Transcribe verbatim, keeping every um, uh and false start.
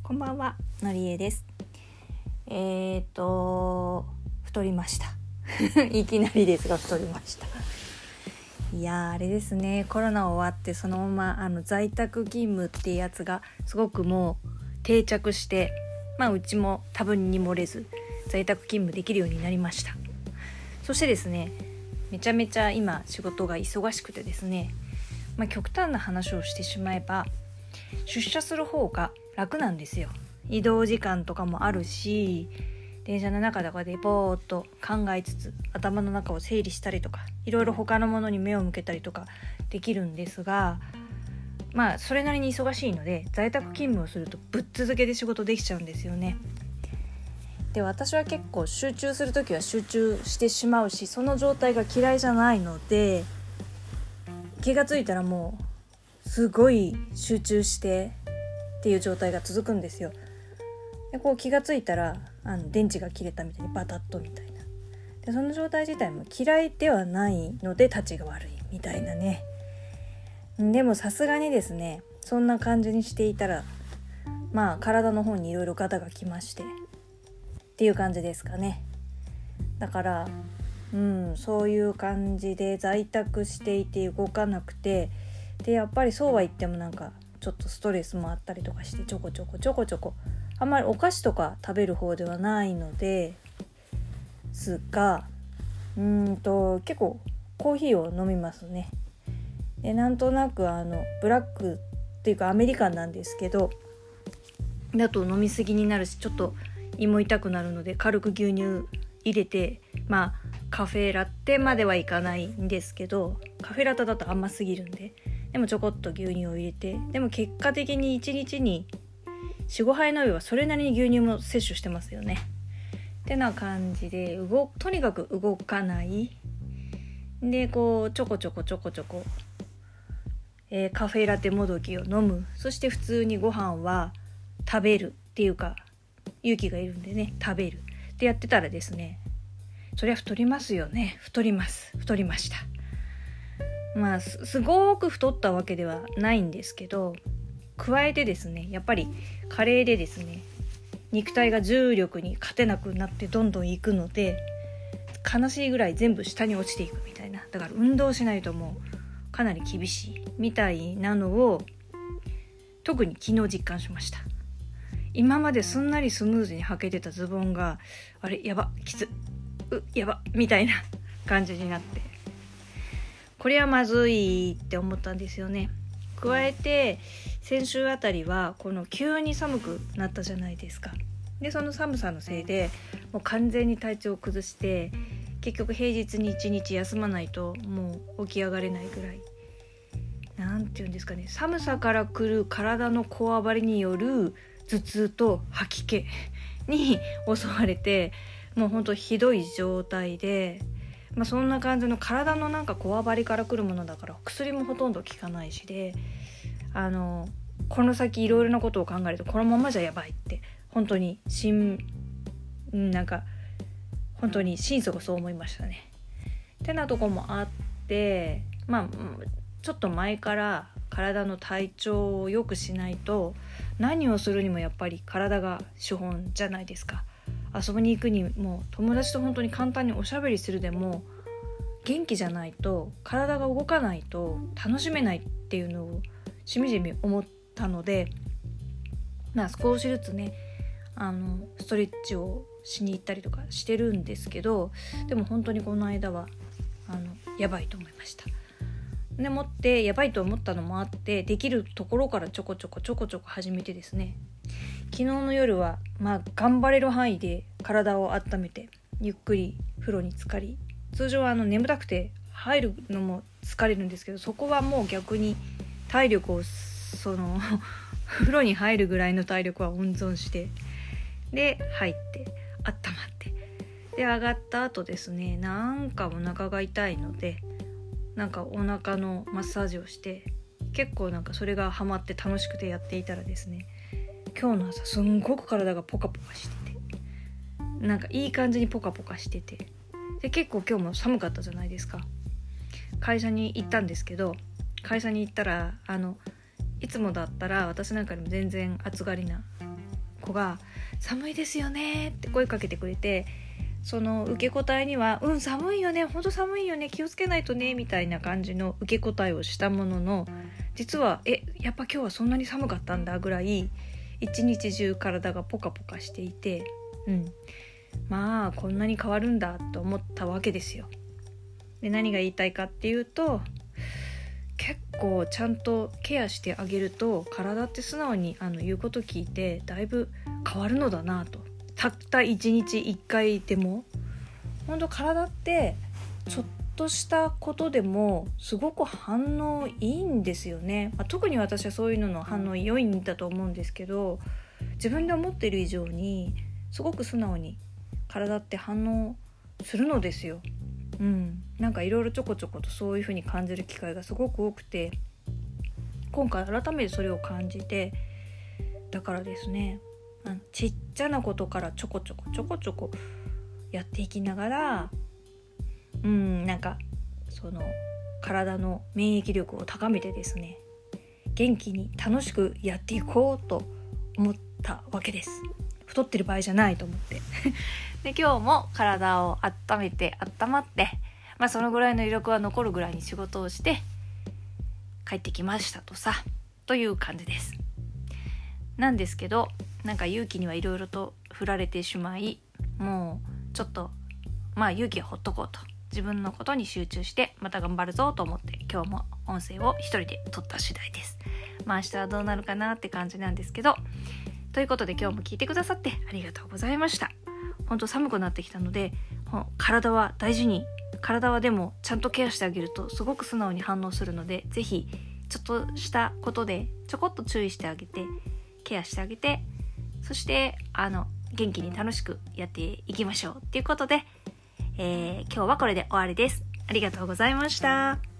こんばんは、のりえです。えーと太りましたいきなりですが太りました。いやーあれですね、コロナ終わってそのままあの在宅勤務っていうやつがすごくもう定着して、まあうちも多分に漏れず在宅勤務できるようになりました。そしてですね、めちゃめちゃ今仕事が忙しくてですね、まあ、極端な話をしてしまえば出社する方が楽なんですよ。移動時間とかもあるし、電車の中とかでぼーっと考えつつ頭の中を整理したりとか、いろいろ他のものに目を向けたりとかできるんですが、まあそれなりに忙しいので在宅勤務をするとぶっ続けで仕事できちゃうんですよね。で、私は結構集中するときは集中してしまうし、その状態が嫌いじゃないので、気がついたらもうすごい集中してっていう状態が続くんですよ。でこう気がついたらあの電池が切れたみたいにバタッとみたいな。でその状態自体も嫌いではないのでたちが悪いみたいなね。でもさすがにですね、そんな感じにしていたらまあ体の方にいろいろガタがきましてっていう感じですかね。だからうんそういう感じで在宅していて動かなくて、でやっぱりそうは言ってもなんかちょっとストレスもあったりとかしてちょこちょこちょこちょこあんまりお菓子とか食べる方ではないのですが、うーんと結構コーヒーを飲みますね。でなんとなくあのブラックっていうかアメリカンなんですけど、だと飲みすぎになるしちょっと胃も痛くなるので軽く牛乳入れて、まあカフェラテまではいかないんですけど、カフェラテだと甘すぎるんで、でもちょこっと牛乳を入れて、でも結果的にいちにちに よん,ご 杯の上はそれなりに牛乳も摂取してますよね。ってな感じで動とにかく動かないで、こうちょこちょこちょこちょこ、えー、カフェラテもどきを飲む。そして普通にご飯は食べるっていうか、勇気がいるんでね食べるってやってたらですね、そりゃ太りますよね。太ります太りました。まあ す, すごく太ったわけではないんですけど、加えてですね、やっぱり加齢でですね、肉体が重力に勝てなくなってどんどんいくので、悲しいぐらい全部下に落ちていくみたいな。だから運動しないともうかなり厳しいみたいなのを特に昨日実感しました。今まですんなりスムーズに履けてたズボンが、あれやばきつうやばみたいな感じになって、これはまずいって思ったんですよね。加えて先週あたりはこの急に寒くなったじゃないですか。でその寒さのせいでもう完全に体調を崩して、結局平日にいちにち休まないともう起き上がれないぐらい、なんていうんですかね、寒さから来る体のこわばりによる頭痛と吐き気に襲われて、もうほんとひどい状態で、まあ、そんな感じの体のなんかこわばりから来るものだから薬もほとんど効かないしで、あのこの先いろいろなことを考えるとこのままじゃやばいって本当にしんなんか本当に心底そう思いましたね。ってなとこもあって、まあちょっと前から体の体調を良くしないと何をするにもやっぱり体が資本じゃないですか。遊びに行くにも友達と本当に簡単におしゃべりするでも元気じゃないと、体が動かないと楽しめないっていうのをしみじみ思ったので、まあ少しずつねあのストレッチをしに行ったりとかしてるんですけど、でも本当にこの間はあのやばいと思いました。でもってやばいと思ったのもあって、できるところからちょこちょこちょこちょこ始めてですね、昨日の夜はまあ頑張れる範囲で体を温めてゆっくり風呂に浸かり、通常はあの眠たくて入るのも疲れるんですけど、そこはもう逆に体力をその風呂に入るぐらいの体力は温存して、で入って温まって、で上がった後ですね、なんかお腹が痛いのでなんかお腹のマッサージをして、結構なんかそれがハマって楽しくてやっていたらですね、今日の朝すんごく体がポカポカしてて、なんかいい感じにポカポカしてて、で結構今日も寒かったじゃないですか。会社に行ったんですけど、会社に行ったらあのいつもだったら私なんかでも全然暑がりな子が寒いですよねって声かけてくれて、その受け答えにはうん寒いよね、ほんと寒いよね、気をつけないとねみたいな感じの受け答えをしたものの、実はえやっぱ今日はそんなに寒かったんだぐらい一日中体がポカポカしていて、うんまあこんなに変わるんだと思ったわけですよ。で何が言いたいかっていうと、結構ちゃんとケアしてあげると体って素直にあの言うこと聞いてだいぶ変わるのだなと。たった一日一回でも本当体ってちょっとしたことでもすごく反応いいんですよね、まあ、特に私はそういうのの反応良いんだと思うんですけど、自分で思っている以上にすごく素直に体って反応するのですよ。うん、なんかいろいろちょこちょことそういう風に感じる機会がすごく多くて、今回改めてそれを感じて、だからですね、あのちっちゃなことからちょこちょこちょこちょこやっていきながら、うんなんかその体の免疫力を高めてですね、元気に楽しくやっていこうと思ったわけです。太ってる場合じゃないと思ってで今日も体を温めて温まって、まあ、そのぐらいの余力は残るぐらいに仕事をして帰ってきましたとさという感じです。なんですけど、なんか勇気にはいろいろと振られてしまい、もうちょっとまあ勇気はほっとこうと、自分のことに集中してまた頑張るぞと思って今日も音声を一人で撮った次第です。まあ明日はどうなるかなって感じなんですけど、ということで今日も聞いてくださってありがとうございました。本当寒くなってきたので体は大事に、体はでもちゃんとケアしてあげるとすごく素直に反応するので、ぜひちょっとしたことでちょこっと注意してあげてケアしてあげて、そしてあの元気に楽しくやっていきましょうっていうことで、えー、今日はこれで終わりです。ありがとうございました。